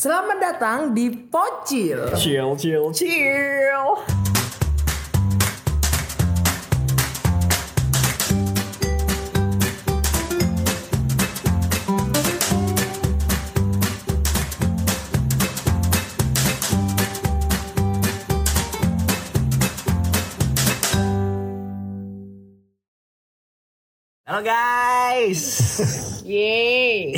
Selamat datang di Pocil. Chill. Halo guys. Yeay.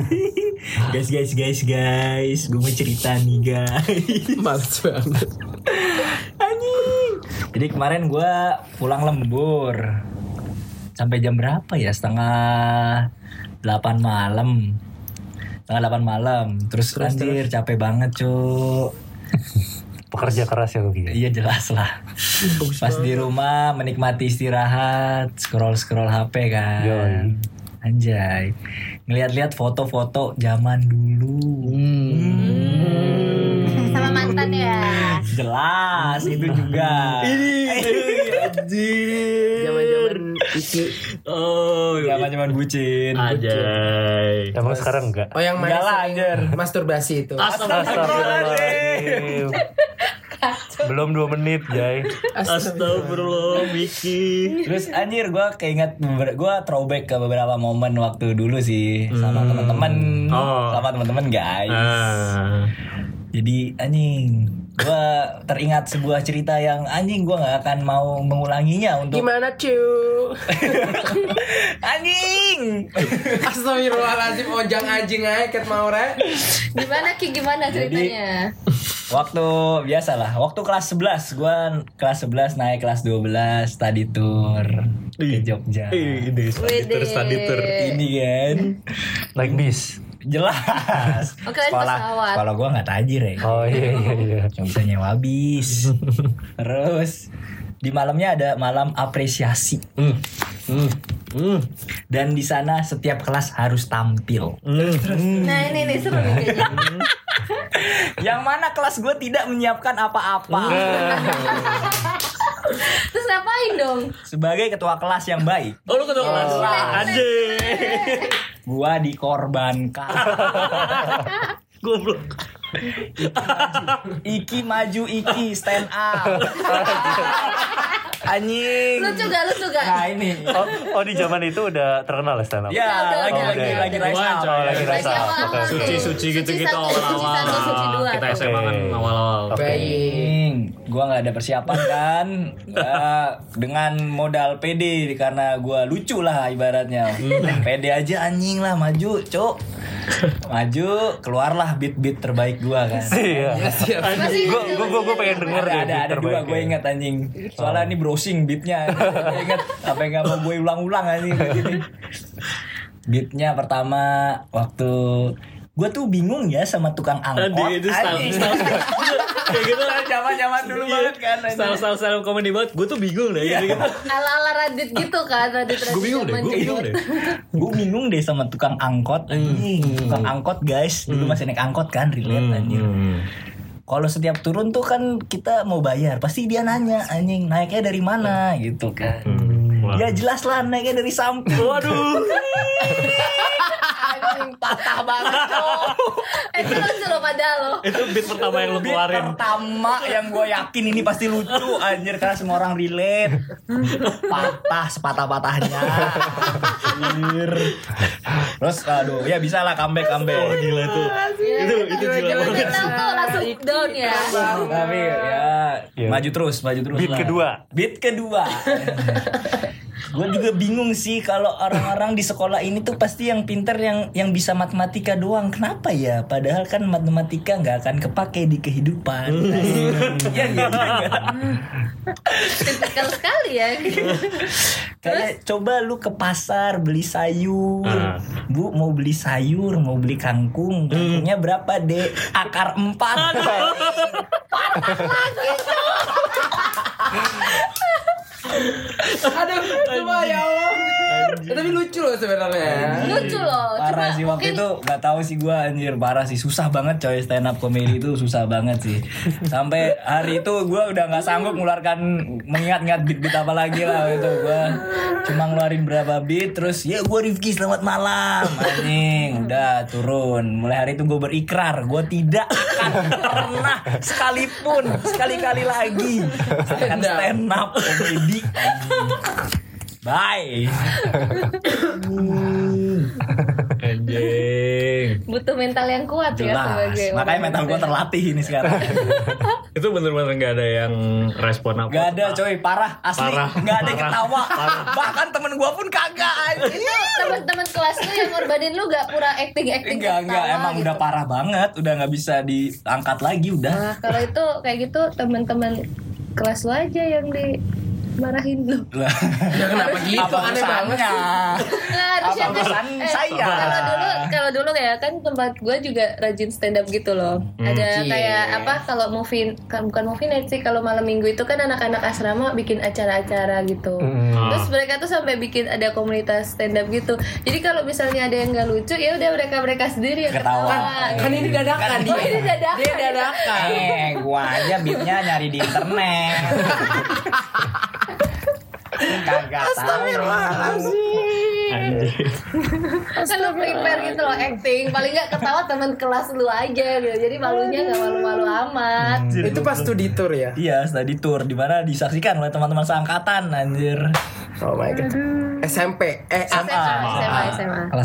guys. Gue mau cerita nih guys. Males banget. Anjing. Jadi kemarin gue pulang lembur. Sampai jam berapa ya? Setengah 8 malam. Terus anjir capek banget cuk. Pekerja keras ya gue. Iya jelas lah. Pas di rumah menikmati istirahat, scroll HP kan. Yoi. Anjay. Ngeliat-liat foto-foto zaman dulu. Sama mantan ya. Jelas itu juga. Zaman-zaman iki. Oh, zaman bucin. Ajay. Emang sekarang enggak? Oh yang mana Enggak lah, sering anjir. masturbasi itu. Astagfirullahaladzim. Belum 2 menit, Jay. Astagfirullah, Miki. Terus anjir gue keinget gue throwback ke beberapa momen waktu dulu sih sama teman-teman, guys. Jadi anjing, gue teringat sebuah cerita yang anjing gue nggak akan mau mengulanginya untuk. Gimana cu? Anjing. Astagfirullahaladzim, ojang anjing aja ket mau re. Gimana ceritanya? Waktu biasalah, waktu kelas 11 gue kelas 11 naik kelas 12 study tour ke Jogja. Wede. Study tour. Ini kan Naik bis. jelas. Oh, kirain pesawat. Sekolah gue nggak tajir ya. Oh iya. Cuma bisa nyewa bis. Terus di malamnya ada malam apresiasi. Dan di sana setiap kelas harus tampil. Nah ini nih seru nih kayaknya. Yang mana kelas gue tidak menyiapkan apa-apa. Terus ngapain dong? Sebagai ketua kelas yang baik, Oh lu ketua kelas. Anjay. gue dikorbankan. Goblok. Iki maju, Iki stand up. Anjing. Lucu gak? Nah ini. Oh di zaman itu udah terkenal ya stand up. Ya, lagi rise up. Lagi Rise rasa. up. Oke. Suci gitu-gitu awal-awal. Suci 2. Kita SMA kan Oke. awal-awal. Anjing, gua nggak ada persiapan kan. Dengan modal PD karena gua lucu lah ibaratnya. PD aja anjing lah maju, cuk. Maju, keluarlah beat-beat terbaik gua kan. Iya. Siap. Gue pengen denger deh. Ada dua gue inget anjing. Soalnya ini browsing beatnya. Gue inget apa yang nggak mau gue ulang-ulang anjing begini. Beatnya pertama waktu gue tuh bingung ya sama tukang angkot. Itu style kayak gitu lah, Zaman dulu banget kan. style komedi banget. Gue tuh bingung deh gitu. Ala-ala Radit gitu kan. Radit Gue bingung deh. Gue bingung deh sama tukang angkot anjing. Tukang angkot guys, dulu masih naik angkot kan, relate anjing. Kalau setiap turun tuh kan kita mau bayar, pasti dia nanya anjing naiknya dari mana gitu kan. Ya jelas lah naiknya dari samping. Waduh. Anjing patah banget tuh. Itu lucu loh padahal loh. Itu beat pertama yang lu Beat keluarin. pertama yang gue yakin ini pasti lucu anjir karena semua orang relate. Patah sepatah-patahnya. Anjir. Terus aduh ya bisa lah comeback. Oh gila tuh. Itu gila banget. Kita tuh langsung down ya. Tapi ya maju terus Beat lah. Beat kedua. Gue juga bingung sih kalau orang-orang di sekolah ini tuh pasti yang pinter yang bisa matematika doang. Kenapa ya? Padahal kan matematika nggak akan kepake di kehidupan. Ya Tipikal sekali ya. Kayak coba lu ke pasar beli sayur. Bu mau beli sayur, mau beli kangkung. Kangkungnya berapa, Dek? Akar 4. Aduh, coba ya Allah. Tapi lucu loh sebenarnya. Lucu loh. Parah Cuma sih waktu mungkin itu nggak tahu sih gue anjir parah sih susah banget coy stand up comedy itu susah banget sih sampai hari itu gue udah nggak sanggup mengeluarkan mengingat-ingat beat apa lagi lah itu gue cuma ngeluarin berapa beat terus ya gue Rifki selamat malam anjing udah turun mulai hari itu gue berikrar gue tidak akan pernah sekalipun sekali-kali lagi akan stand up comedy bye. Anjing. butuh mental yang kuat ya Jelas. sebagai Makanya orang mental gue muda. terlatih ini sekarang. Itu bener-bener gak ada yang respon apa. Gak ada coy, parah asli. Parah. Gak ada yang Parah. ketawa. Bahkan temen gue pun kagak anjing. Itu teman-teman kelas lu yang ngorbanin lu gak pura acting Enggak, emang gitu. udah parah banget, udah nggak bisa diangkat lagi udah. Nah, kalau itu kayak gitu teman-teman kelas lu aja yang dimarahin lu. Lah. Ya kenapa gitu? Apa Aneh banget. urusannya? Nah, harusnya Apa kan urusan saya? Kalau dulu kayak kan tempat gue juga rajin stand up gitu loh. Ada Cie. kayak apa kalau bukan movie night sih, kalau malam minggu itu kan anak-anak asrama bikin acara-acara gitu. Terus mereka tuh sampai bikin ada komunitas stand up gitu. Jadi kalau misalnya ada yang nggak lucu ya udah mereka sendiri yang Ketawa. ketawa. Kan ini dadakan dia. Oh, ini dadakan. Dia dadakan. Gua aja beatnya nyari di internet. Kagak tahu. Anjing. Kan lu prepare gitu loh acting. Paling nggak ketawa teman kelas lu aja gitu. Jadi malunya nggak malu-malu amat. Itu pas studi tour ya. Iya, study tour di mana disaksikan oleh teman-teman seangkatan anjir. Oh my god. SMP. SMA. Kelas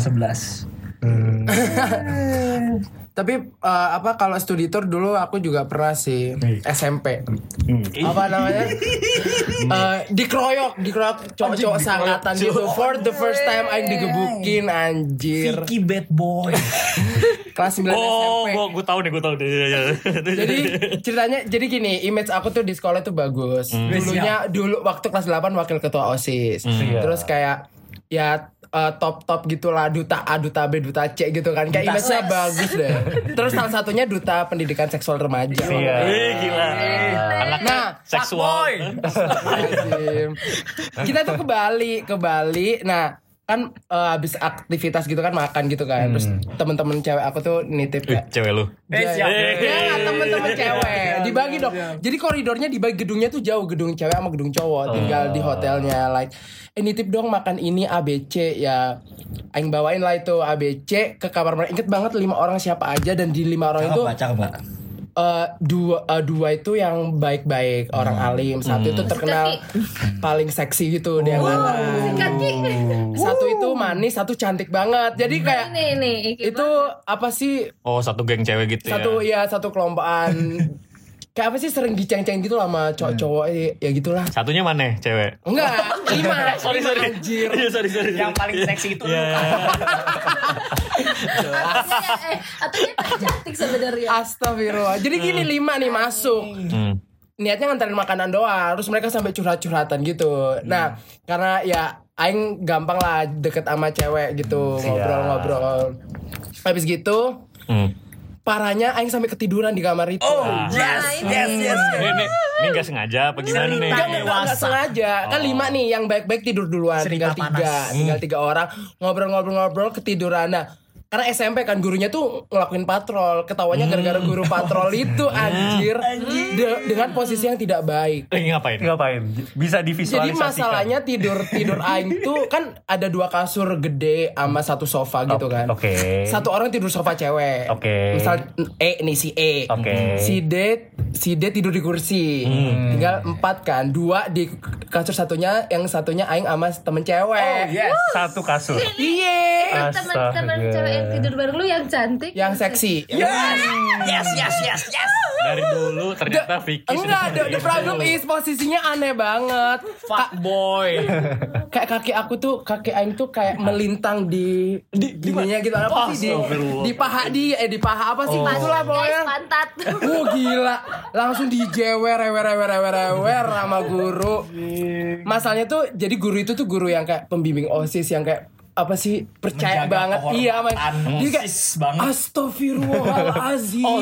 11. Tapi apa kalau studi tour dulu aku juga pernah sih SMP. Apa namanya? Dikeroyok cowok-cowok seangkatan gitu. For the first time aing digebukin anjir. Vicky bad boy. Kelas 9 SMP. Gue tahu nih. Jadi ceritanya jadi gini, image aku tuh di sekolah tuh bagus. Dulu waktu kelas 8 wakil ketua OSIS. Terus kayak ya top gitulah, duta A, duta B, duta C gitu kan. Kayak image-nya bagus deh. Terus salah satunya duta pendidikan seksual remaja. Iya. Gila. Anak Nah, seksual. Astagfirullahaladzim. Kita tuh ke Bali. Nah, kan habis aktivitas gitu kan makan gitu kan. Terus temen-temen cewek aku tuh nitip kayak Cewek lu. Siap. ya temen-temen cewek dibagi dong. Jadi koridornya dibagi, gedungnya tuh jauh, gedung cewek sama gedung cowok. Tinggal di hotelnya like nitip dong makan ini ABC ya. Aing bawain lah itu ABC ke kamar mereka. Ingat banget 5 orang siapa aja, dan di 5 orang itu Cakep, Pak. dua itu yang baik-baik, orang alim. Satu itu terkenal paling seksi gitu dia Satu itu manis, satu cantik banget. Jadi kayak Ini itu apa sih? Oh, satu geng cewek gitu Satu kelompokan. Kayak apa sih, sering diceng-ceng gitu lah sama cowok-cowok ya gitulah. Satunya mana cewek? Enggak, 5. Sorry. Anjir. Iya, sorry. Yang paling seksi itu lu. Atau dia paling cantik sebenarnya. Astagfirullah. Jadi gini 5 nih masuk. Niatnya nganterin makanan doang, terus mereka sampai curhat-curhatan gitu. Nah, karena ya aing gampang lah deket sama cewek gitu, ngobrol-ngobrol. Habis gitu, parahnya aing sampai ketiduran di kamar itu. Oh, yes. Ini gak sengaja apa gimana nih? Enggak sengaja. Kan 5 nih yang baik-baik tidur duluan, Cerita tinggal 3 orang ngobrol-ngobrol ketiduran. Nah, karena SMP kan gurunya tuh ngelakuin patrol, ketawanya gara-gara guru patrol itu anjir. Dengan posisi yang tidak baik. Ngapain? Bisa divisualisasikan. Jadi masalahnya tidur aing tuh kan ada 2 kasur gede sama 1 sofa gitu kan. Oke. Satu orang tidur sofa cewek. Oke. Misal si E. Oke. Si D tidur di kursi. Tinggal 4 kan. 2 di kasur, yang satunya aing sama temen cewek. Yes. Satu kasur. Iya. Teman-teman cewek yang tidur bareng lu yang cantik, Yang seksi. Yes. Dari dulu ternyata Vicky Enggak, the problem is posisinya aneh banget. Fuck boy. Kayak kaki aing tuh kayak melintang di gininya gitu, apa sih di paha di paha apa sih itulah guys, pokoknya. pantat. Gila, langsung dijewer sama guru. Masalahnya tuh jadi guru itu tuh guru yang kayak pembimbing OSIS yang kayak apa sih percaya banget iya dia kayak astagfirullahalazim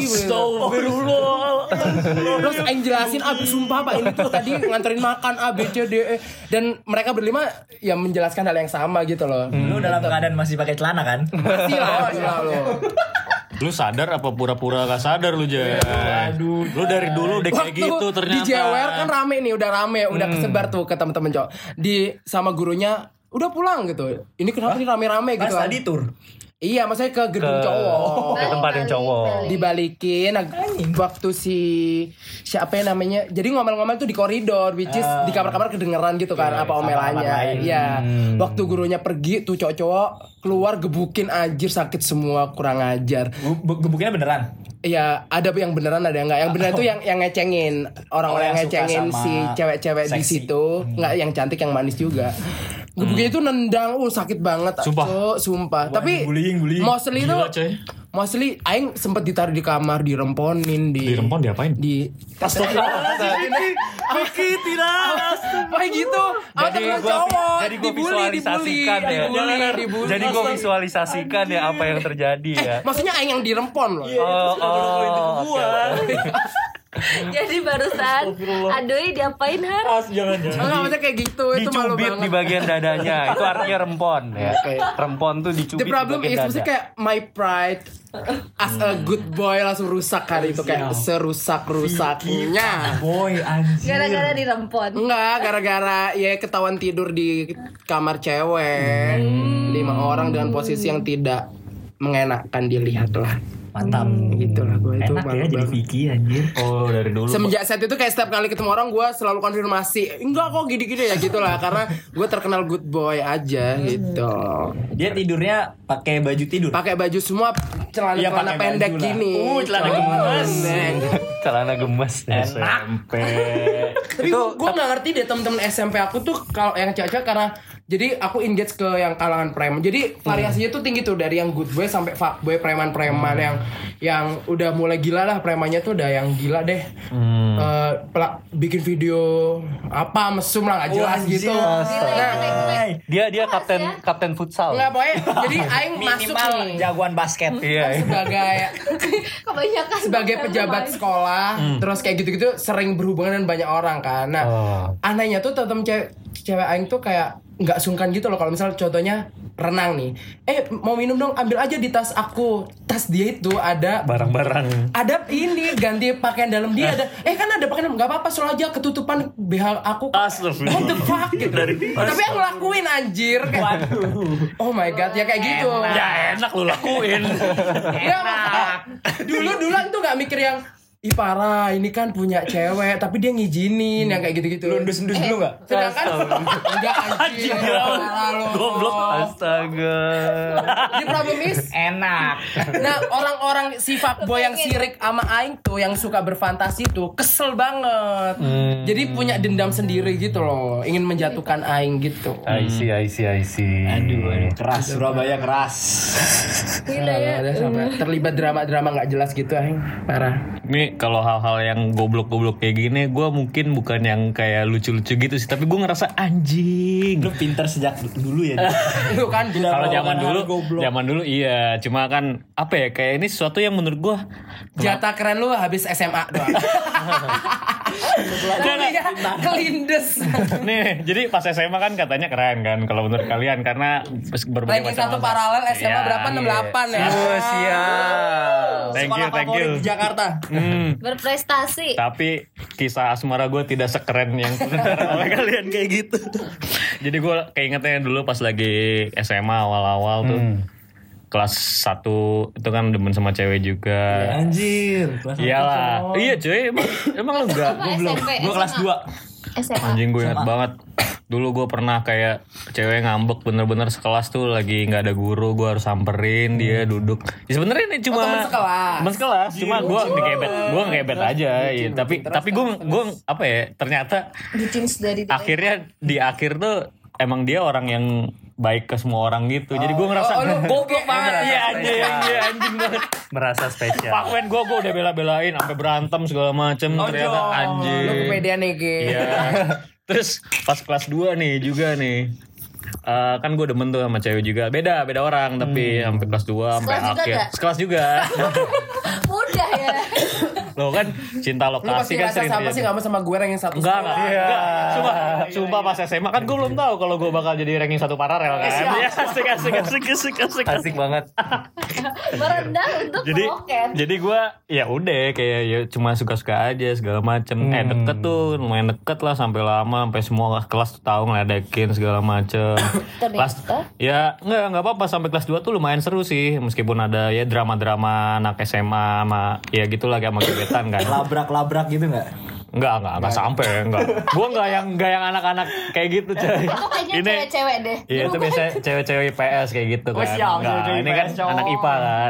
terus aing jelasin sumpah Pak ini tuh tadi nganterin makan A B C D E dan mereka berlima ya menjelaskan hal yang sama gitu loh. Lu dalam keadaan masih pakai celana kan? Masih lah lo. Lu sadar apa pura-pura gak sadar lu aja? Aduh. Lu dari dulu udah kayak gitu ternyata. Di JWR kan rame nih, udah kesebar tuh ke teman-teman cowok. Sama gurunya udah pulang gitu. Ini kenapa nih rame-rame gitu kan? Tadi tur. Iya, maksudnya ke gedung cowok. Ke tempat yang cowok. Dibalikin waktu siapa yang namanya. Jadi ngomel-ngomel tuh di koridor, which is di kamar-kamar kedengeran gitu kan apa omelannya. Iya. Waktu gurunya pergi tuh cowok-cowok keluar gebukin anjir sakit semua kurang ajar. Gebukinnya beneran? Iya, ada yang beneran ada yang enggak. Yang beneran tuh yang ngecengin orang-orang yang ngecengin si cewek-cewek di situ, enggak yang cantik yang manis juga. Gebukinnya itu nendang, sakit banget. Sumpah. Tapi mostly itu mostly aing sempet ditaruh di kamar, diremponin Dirempon diapain? Di Miki tidak. Kayak gitu. Jadi gue visualisasikan ya. Jadi gue visualisasikan ya apa yang terjadi ya. Maksudnya aing yang dirempon loh. Jadi barusan Adoy diapain har? Jangan. Enggak maksudnya kayak gitu. Itu malu Dicubit banget. di bagian dadanya. Itu artinya rempon ya. Rempon tuh dicubit The problem di is bagian maksudnya dada. kayak my pride as a good boy langsung rusak hari itu kayak serusak-rusaknya. Boy anjir. Gara-gara dirempon. Enggak, gara-gara ya ketahuan tidur di kamar cewek. 5 orang dengan posisi yang tidak mengenakan dilihat lah. Mantap. Gitulah gue itu Enak ya jadi Vicky anjir. Oh dari dulu. Semenjak saat itu kayak setiap kali ketemu orang gue selalu konfirmasi enggak kok gini-gini ya gitulah karena gue terkenal good boy aja gitu. Dia tidurnya pakai baju tidur. Pakai baju semua celana Iya, pakai pendek baju lah. gini. Celana gemes. Celana gemes. SMP. Tapi gue nggak ngerti deh temen-temen SMP aku tuh kalau yang cewek karena jadi aku engage ke yang kalangan preman. Jadi variasinya tuh tinggi tuh dari yang good boy sampai fuckboy preman-preman yang udah mulai gila lah premannya tuh udah yang gila deh. Bikin video apa mesum lah nggak jelas gitu. Dia kapten futsal. Nggak pokoknya jadi aing masuk nih jagoan basket. Iya. Kebanyakan sebagai pejabat sekolah terus kayak gitu-gitu sering berhubungan dengan banyak orang kan. Nah anehnya tuh temen cewek aing tuh kayak nggak sungkan gitu loh kalau misal contohnya renang nih mau minum dong ambil aja di tas aku. Tas dia itu ada Barang-barang. ada ini ganti pakaian dalam dia ada kan ada pakaian nggak apa-apa soal aja ketutupan BH aku. Astagfirullah. What the fuck gitu. Tapi yang ngelakuin anjir kayak oh my god ya kayak gitu. Ya enak lu lakuin. Ya, dulu tuh nggak mikir yang ih parah ini kan punya cewek tapi dia ngizinin yang kayak gitu-gitu. Lu endus-endus dulu enggak? Sedangkan enggak anjing. Goblok. Astaga. Di problem is Enak. nah orang-orang si fuckboy yang sirik sama aing tuh yang suka berfantasi tuh kesel banget. Jadi punya dendam sendiri gitu loh, ingin menjatuhkan aing gitu. I see. Aduh, keras. Surabaya keras. Gila ya. Ada sampai terlibat drama-drama nggak jelas gitu aing, parah. Nih kalau hal-hal yang goblok-goblok kayak gini, gue mungkin bukan yang kayak lucu-lucu gitu sih, tapi gue ngerasa anjing. Lu pinter sejak dulu ya. Lu kan Kalau zaman dulu iya, cuma kan apa ya kayak ini sesuatu yang menurut gue jatah keren lu habis SMA doang. Kelindes. nih, jadi pas SMA kan katanya keren kan kalau menurut kalian karena berbagai Ranking macam satu hal. paralel SMA Iya, berapa? 68 ya. Oh, siap. Thank Sekolah you. favorit di Jakarta. Berprestasi. Tapi kisah asmara gue tidak sekeren yang oleh kalian kayak gitu. Jadi gue keingetnya dulu pas lagi SMA awal-awal tuh. Kelas 1 itu kan demen sama cewek juga. Anjir. Iyalah. Iya cuy, emang lu enggak? Apa SMP? Gue kelas 2. SMA. Anjing gue inget banget. Dulu gue pernah kayak cewek ngambek bener-bener sekelas tuh lagi nggak ada guru, gue harus samperin dia duduk. Ya sebenarnya ini cuma temen sekelas, cuma gue ngebet aja. Ya. Tapi gue apa ya? Ternyata Bucin dari akhirnya di akhir tuh emang dia orang yang baik ke semua orang gitu. Jadi gue ngerasa goblok banget. Iya anjing banget. Merasa spesial. Pak Wen gue udah bela-belain sampai berantem segala macem. Ternyata anjing. Lu kepedean nih, Ki. Iya. Terus pas kelas 2 nih juga nih. kan gue demen tuh sama cewek juga. Beda orang tapi sampai kelas 2 sampai akhir. Sekelas juga. Mudah ya. Lo kan cinta lokasi kan sering sama sih nggak mau sama gue ranking 1. Enggak. Sumpah pas SMA kan gue belum tahu kalau gue bakal jadi ranking 1 paralel kan. Ya, asik banget. Merendah untuk meroket. Jadi gue ya udah kayak ya cuma suka-suka aja segala macem. Deket tuh lumayan deket lah sampai lama sampai semua kelas tuh tahu ngeledekin segala macem. Kelas ya nggak apa-apa sampai kelas 2 tuh lumayan seru sih meskipun ada ya drama-drama anak SMA sama ya gitulah kayak sama gebetan kan. Labrak gitu nggak? Enggak sampai, enggak. Gua enggak yang anak-anak kayak gitu, coy. Itu kayaknya cewek-cewek deh. Iya, itu biasa cewek-cewek IPS kayak gitu kan. Enggak, ini kan anak IPA kan.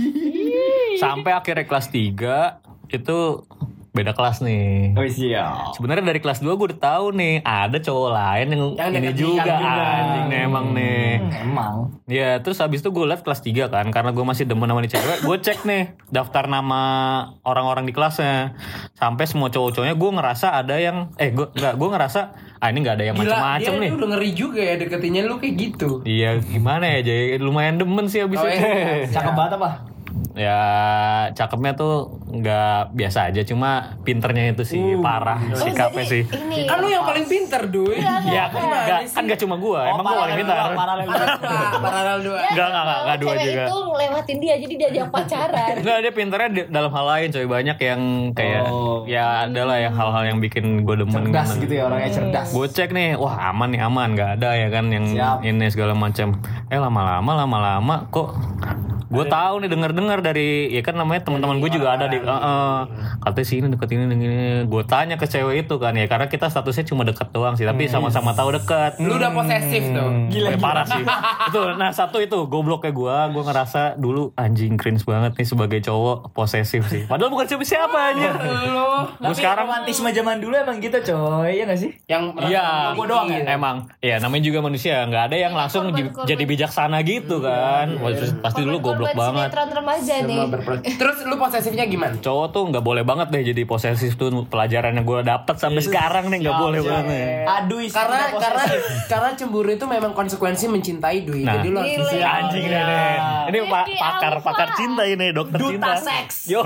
Sampai akhirnya kelas 3 itu beda kelas nih. Oh iya. Sebenarnya dari kelas 2 gue udah tahu nih ada cowok lain yang ini juga anjing nih emang nih. Emang. Ya terus habis itu gue liat kelas 3 kan karena gue masih demen sama nih cewek, gue cek nih daftar nama orang-orang di kelasnya. Sampai semua cowok-cowoknya gue ngerasa ada yang gue ngerasa ini nggak ada yang macam-macam nih. Gila, dia udah ngeri juga ya deketinnya lu kayak gitu. Iya gimana ya Jay, lumayan demen sih abis itu. Cakep banget apa? Ya cakepnya tuh nggak biasa aja, cuma pinternya itu sih parah sikapnya sih. Kan lu yang paling pinter Dui. Ya kan nggak cuma gua, emang gua paling pintar. Paralel 2. Enggak 2 juga. Itu ngelewatin dia jadi diajak pacaran. Enggak, dia pinternya dalam hal lain coy, banyak yang kayak ya adalah yang hal-hal yang bikin gua demen. Cerdas gitu ya, orangnya cerdas. Gue cek nih, wah aman nggak ada ya kan yang ini segala macam. Lama-lama kok gue tahu nih dengar dari ya kan namanya teman-teman gue juga ada di katanya sini deket ini. Gue tanya ke cewek itu kan ya karena kita statusnya cuma dekat doang sih tapi sama-sama tahu dekat. Lu udah posesif tuh. Gila. Parah sih. Satu itu gobloknya gue ngerasa dulu anjing cringe banget nih sebagai cowok posesif sih. Padahal bukan siapa anjir. Gue sekarang romantisme zaman dulu emang gitu coy, ya nggak sih? Yang gue doang ya. Emang ya namanya juga manusia nggak ada yang langsung jadi bijaksana gitu kan. Pasti dulu goblok banget. Sinetron remaja nih. Terus lu posesifnya gimana? Cowok tuh nggak boleh banget deh jadi posesif tuh, pelajaran yang gue dapet sampai sekarang nih nggak boleh banget. Aduh, karena cemburu itu memang konsekuensi mencintai Dui. Nah, jadi lu harus anjing nih. Ini pakar cinta ini, dokter cinta. Duta seks. Yo.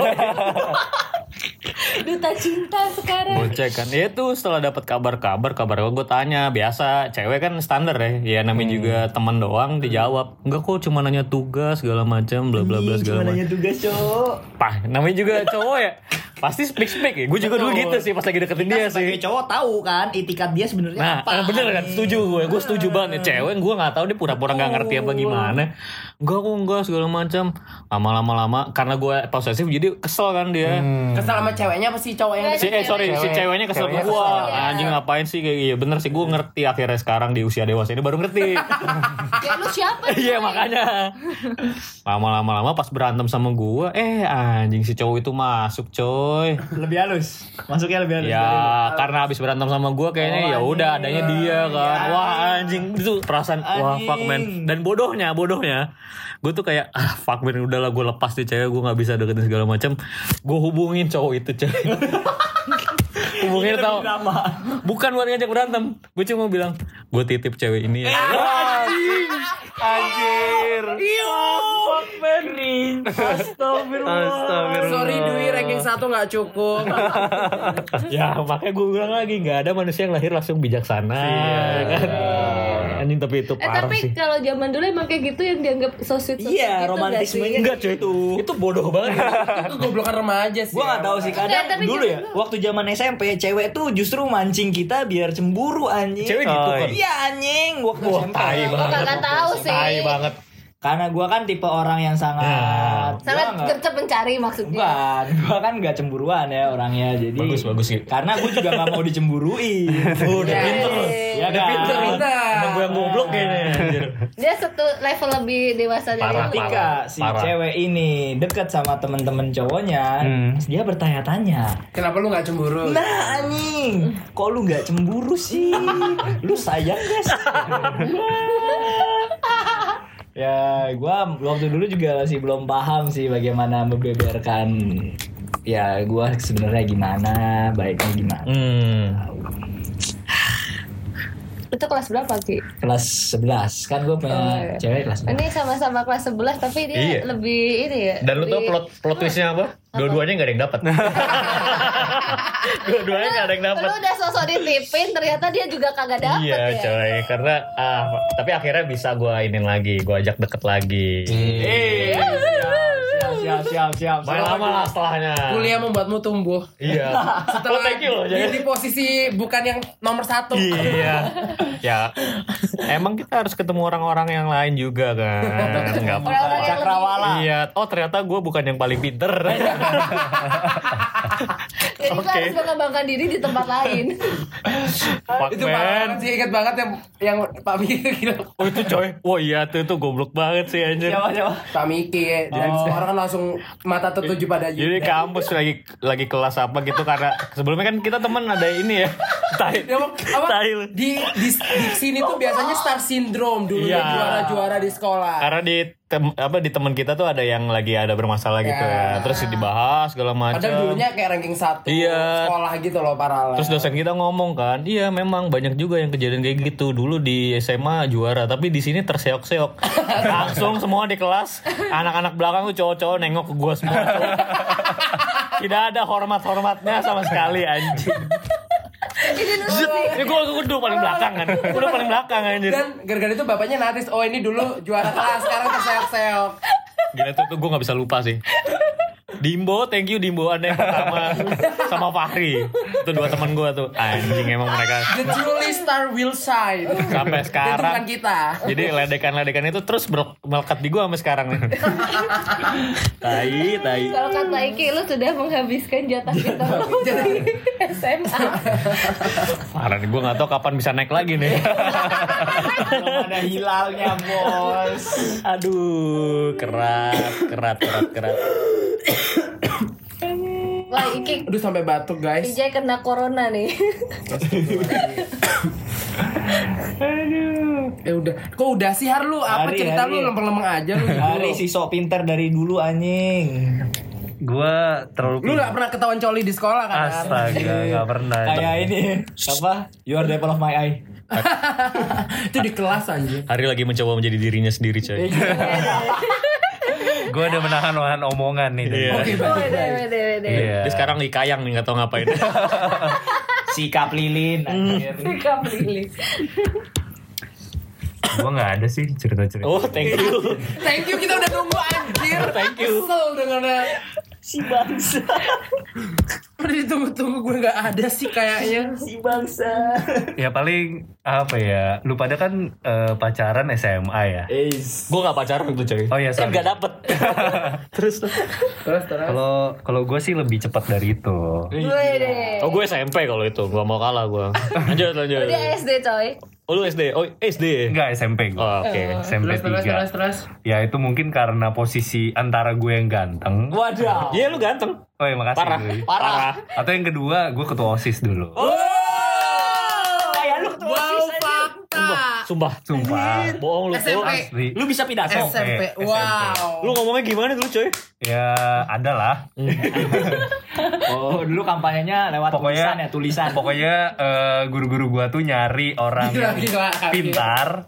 Duta cinta sekarang. Gocek kan. Ya tuh setelah dapat kabar gue tanya, biasa cewek kan standar ya namanya juga teman doang, dijawab enggak kok cuma nanya tugas segala macam bla bla bla segala macam. Nanya tugas cowok. Namanya juga cowok ya. Pasti speak ya. Gue juga dulu gitu sih pas lagi deketin dia sih. Sebagai cowok tahu kan etikat dia sebenarnya apa. Nah, bener kan? Setuju gue setuju banget. Cewek gue nggak tahu dia pura-pura nggak ngerti apa gimana. Enggak segala macam. Lama karena gue posesif jadi kesel kan dia. Kesel sama ceweknya apa sih cowoknya? Si ceweknya kesel ke gue. Anjing ngapain sih kayak iya bener sih gue ngerti akhirnya sekarang di usia dewasa ini baru ngerti. Ya lu siapa? Iya makanya. Lama pas berantem sama gue, anjing si cowok itu masuk coy. Lebih halus. Masuknya lebih halus. Ya karena habis berantem sama gue kayaknya ya udah adanya dia kan. Wah anjing itu perasaan wah fuck man. Dan bodohnya gue tuh kayak fuck man udahlah gue lepas nih cewek, gue nggak bisa deketin segala macam. Gue hubungin cowok itu coy. Hubungin tau bukan buat ngajak berantem, gue cuma bilang gue titip cewek ini ya. Anjir. Fuck man. Astagfirullah. Sorry Dwi ranking 1 gak cukup. Ya makanya gue bilang lagi gak ada manusia yang lahir langsung bijaksana kan. Anjing tapi itu parah sih. Tapi kalau zaman dulu emang kayak gitu yang dianggap so sweet iya, gitu romantismenya enggak cuy itu bodoh banget. Itu goblokan remaja sih. Gue gak tahu sih kadang dulu ya waktu zaman SMP cewek tuh justru mancing kita biar cemburu anjing. Cewek gitu kan? Iya anjing waktu SMP. Tai banget. Gak tahu sih. Tai banget. Karena gue kan tipe orang yang sangat gercep mencari maksudnya. Bukan, gue kan gak cemburuan ya orangnya. Jadi bagus sih. Karena gue juga gak mau dicemburuin. Udah pinter. Ya udah pinter. Emang gue yang goblok kayaknya. Dia satu level lebih dewasa dari lu. Ketika si cewek ini deket sama temen-temen cowoknya, dia bertanya-tanya, kenapa lu gak cemburu? nah anjing, kok lu gak cemburu sih? Lu sayang gak sih? Ya gue waktu dulu juga masih belum paham sih bagaimana membeberkan ya gue sebenarnya gimana, baiknya gimana. Itu kelas berapa Ki? Kelas 11 kan gue punya cewek kelas 11. Ini sama-sama kelas 11 tapi dia lebih ini ya. Dan lu tau plot twistnya apa? Dua-duanya gak ada yang dapat. Dua-duanya gak ada yang dapat. Lu udah sosok ditipin, ternyata dia juga kagak dapet Iya ya. coy, karena tapi akhirnya bisa gue inin lagi, gue ajak deket lagi. Siap. Main lama lah setelahnya. Kuliah membuatmu tumbuh. Iya. Setelah thank you loh, di posisi bukan yang nomor 1. Iya. Ya. Emang kita harus ketemu orang-orang yang lain juga kan. Enggak apa-apa. Cakrawala. Iya. Oh ternyata gue bukan yang paling pinter. Jadi kita harus mengembangkan diri di tempat lain. Fuck Itu man. banget sih, ingat banget yang Pak Miki gitu. Oh itu coy. Oh iya tuh goblok banget sih anjir. Siapa? Pak Miki dan orang kan langsung mata tertuju pada Jadi kampus lagi kelas apa gitu karena sebelumnya kan kita temen ada ini ya. Apa? Di sini tuh biasanya star syndrome dulu juara-juara di sekolah. Karena di teman kita tuh ada yang lagi ada bermasalah gitu ya. Terus dibahas segala macam. Padahal dulunya kayak ranking 1 sekolah gitu loh paralel. Terus dosen kita ngomong kan, iya memang banyak juga yang kejadian kayak gitu. Dulu di SMA juara, tapi di sini terseok-seok. Langsung semua di kelas, anak-anak belakang tuh cowok-cowok nengok ke gua semua. Tidak ada hormat-hormatnya sama sekali anjing. Ini gue udah paling belakang kan. Udah paling belakang anjir. Dan gara-gara itu bapaknya notice, oh ini dulu juara kelas, sekarang terseok-seok. Gila tuh gue gak bisa lupa sih. Dimbo, thank you Dimbo yang pertama sama Fahri. Itu 2 teman gue tuh. Anjing emang mereka. The truly star will shine. Sampai sekarang. Itu bukan kita. Jadi ledekan-ledekan itu terus melekat di gue sampai sekarang nih. Tai. Kalau kata Iki, lu sudah menghabiskan jatah kita di SMA. Parah nih, gue gak tau kapan bisa naik lagi nih. Belum ada hilalnya bos. Aduh, kerat. Wah Iki, Aduh sampai batuk guys. Vijay kena corona nih. Ya udah, kok udah sih Har lu? Apa cerita lu lempeng-lempeng aja lu? Hari si sok pinter dari dulu anjing. Gua terlalu Lu gak pernah ketahuan coli di sekolah kan? astaga, gak pernah. Kayak ini apa? You are the apple of my eye. Itu di kelas anjir. Hari lagi mencoba menjadi dirinya sendiri coy. Gue udah menahan omongan nih. Iya. Oke, Wede. Iya. Dia sekarang di kayang nih gak tau ngapain. Sikap lilin anjir. Sikap lili. Gue gak ada sih cerita-cerita. Oh thank you. Thank you, kita udah nunggu anjir. Thank you. Kesel dengannya. Si bangsa. Udah ditunggu-tunggu, gue gak ada sih kayaknya. Si bangsa. Ya paling apa ya? Lu pada kan pacaran SMA ya. Gue gak pacaran tuh coy. Oh iya, sorry. Gak dapet. Terus. Kalau gue sih lebih cepat dari itu. Wede. Oh gue SMP kalau itu. Gue mau kalah gue. Lanjut. Dia SD coy. Oh lu SD? Oh SD. Enggak, SMP gue. Oh, oke. SMP 3. Terus. Ya itu mungkin karena posisi antara gue yang ganteng. Waduh. Iya lu ganteng. Oh ya makasih. Parah. Atau yang kedua gue ketua OSIS dulu. Kayak lu tuh Sumpah. Bohong lu tuh. SMP. Asli. Lu bisa pidato. SMP. Wow. Lu ngomongnya gimana dulu coy? Ya ada lah. Oh, dulu kampanyenya lewat tulisan. Pokoknya guru-guru gua tuh nyari orang yang Gila. pintar,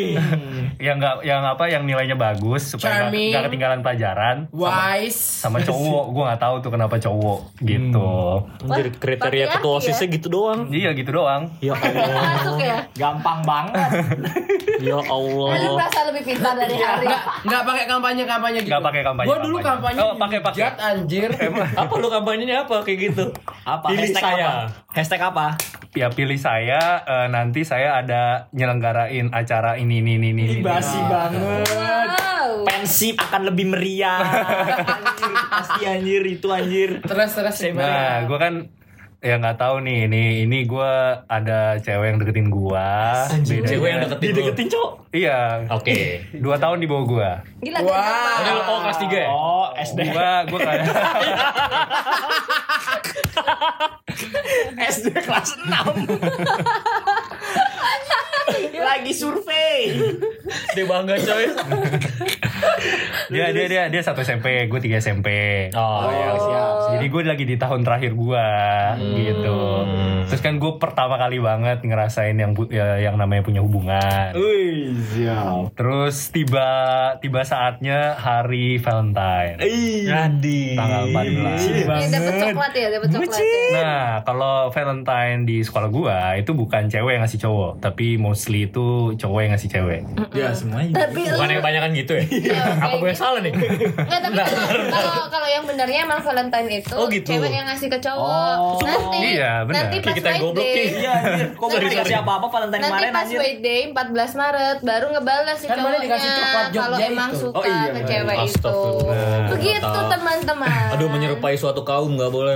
yang nilainya bagus supaya Charming. nggak ketinggalan pelajaran. Wise. Sama cowok, gua nggak tahu tuh kenapa cowok gitu. Anjir kriteria patriarki ketua OSISnya gitu doang. Iya gitu doang. Ya Allah. Masuk ya. Gampang banget. Ya Allah. Lu merasa lebih pintar dari Hari. Nggak pakai kampanye gitu. Nggak pakai kampanye. Gua dulu kampanye. Oh, pakai. Jat anjir. Apa lu kampanyenya apa kayak gitu? Apa? Pilih Hashtag saya. apa? Hashtag apa? Ya pilih saya, nanti saya ada nyelenggarain acara ini. Basi banget. Wow. Pensip akan lebih meriah. Anjir, pasti anjir itu anjir. Terus. Nah, gue kan ya nggak tahu nih, ini gue ada cewek yang deketin gue. Cewek yang deketin cowok. Iya. Oke. 2 tahun di bawah gue. Gila Wow. Oh kelas 3 ya? Oh, SD. Gue kayak SD kelas 6. Lagi lagi survei. Dia bangga coy. Dia 1 SMP, gue 3 SMP. Oh iya siap. Jadi gue lagi di tahun terakhir gue gitu. Terus kan gue pertama kali banget ngerasain yang namanya punya hubungan. Wih, siap. Terus tiba saatnya hari Valentine. Jadi Tanggal 14. Dapat coklat ya. Nah, kalau Valentine di sekolah gua itu bukan cewek yang ngasih cowok, tapi mostly itu cowok yang ngasih cewek. Ya semuanya. Tapi bukan yang kebanyakan gitu ya? Apa gue salah nih? Nggak, tapi kalau yang benernya emang Valentine itu gitu. cewek yang ngasih ke cowok. Iya, benar. Nanti pas Kita goblok wedding. Iya, kok gak dikasih apa-apa Valentine Nanti kemarin pas anjir. wedding 14 Maret baru ngebalas si Kan boleh dikasih cowoknya coklat Jogja kalau emang itu. suka Oh iya, ke cewek itu. Astagfirullah. Begitu teman-teman. Aduh menyerupai suatu kaum nggak boleh.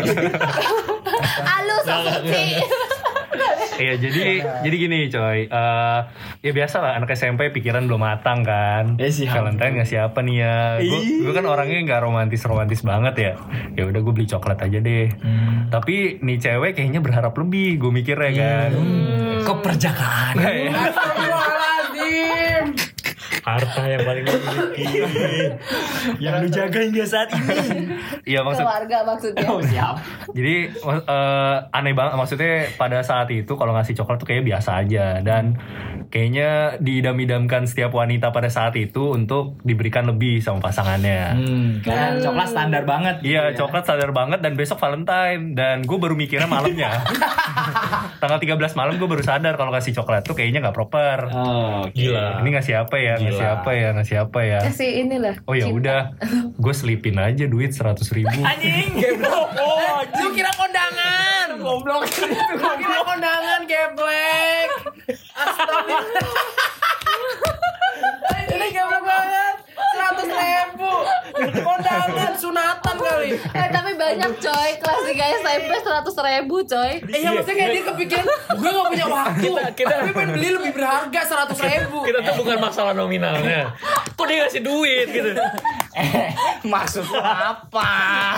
Halus suci. Iya, jadi gini coy. Ya biasa lah anak SMP pikiran belum matang kan. Valentine ngasih apa nih ya? Gue kan orangnya nggak romantis banget ya. Ya udah gue beli coklat aja deh. Tapi nih cewek kayaknya berharap lebih. Gue mikirnya kan. Keperjakaan. Astagfirullahaladzim. Harta yang paling dimiliki. Yang lu jaga hingga saat ini. Iya Keluarga maksudnya. Oh siap. Jadi aneh banget, maksudnya pada saat itu kalau ngasih coklat tuh kayak biasa aja. Dan kayaknya diidam-idamkan setiap wanita pada saat itu untuk diberikan lebih sama pasangannya. Karena coklat standar banget. Iya, coklat standar banget dan besok Valentine. Dan gue baru mikirnya malamnya. Tanggal 13 malam gue baru sadar kalau ngasih coklat tuh kayaknya gak proper. Gila. Ini ngasih apa ya? Ngasih apa ya? Kasih inilah. Oh ya udah, gue selipin aja duit 100.000. Anjing. Lu kira kondangan. Goblok. Lu kira kondangan geblek. Astagfirullah. Ini goblok banget. 100.000. Kondangan sunatan kali. Tapi banyak coy, kelas 3 SMP 100.000 coy. Iya maksudnya kayak dia kepikiran gue gak punya waktu. Tapi pengen beli lebih berharga 100.000. Kita tuh bukan masalah nominalnya. Kok dia ngasih duit gitu? Maksud lu apa?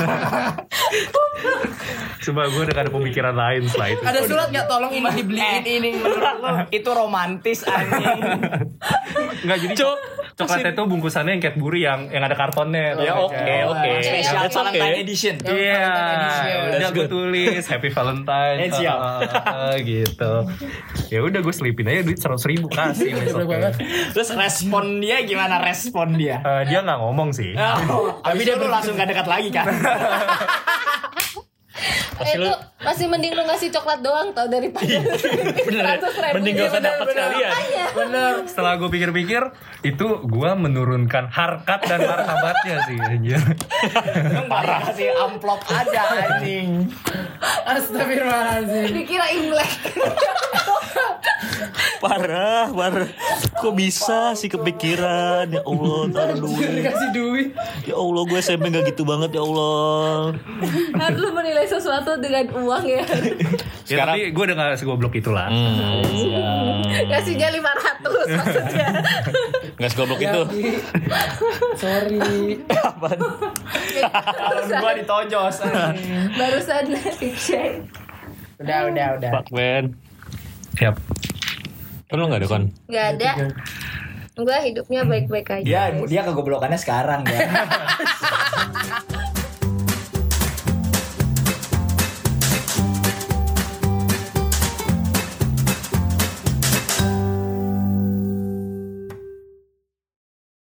Coba gue udah ada pemikiran lain setelah itu. Ada surat gak tolong ini dibeliin ini menurut lo? Itu romantis anjing. Enggak, jadi coklatnya tuh bungkusannya yang Cadbury yang ada kartonnya. Ya oke. Spesial That's okay. Valentine edition. Iya, udah That's gue good. tulis Happy Valentine. Siap. Gitu. Ya udah gue selipin aja duit 100.000 kasih besoknya. Terus respon dia gimana respon dia? Dia nggak ngomong sih. Tapi dia langsung gak dekat lagi kan? Itu masih mending lu ngasih coklat doang tau daripada Bener. Mending gak usah dapat sekalian. Bener. Setelah gue pikir-pikir, itu gue menurunkan harkat dan martabatnya sih anjir. Parah kasih amplop aja anjing. Astagfirullahaladzim. dikira Imlek. Parah. Kok bisa sih kepikiran? Ya Allah, taruh duit. Dikasih duit. Ya Allah, gue SMP gak gitu banget ya Allah. Harus lu menilai sesuatu dengan uang ya. Ya, tapi gue udah gak segoblok itulah. Kasihnya 500 maksudnya. Gak segoblok itu. Sorry. Kalau gua ditojos anjing. Barusan dicek. Udah. Fuck man. Siap. Lu gak ada kon? Gak ada. Gue hidupnya baik-baik aja. Dia kegoblokannya sekarang ya.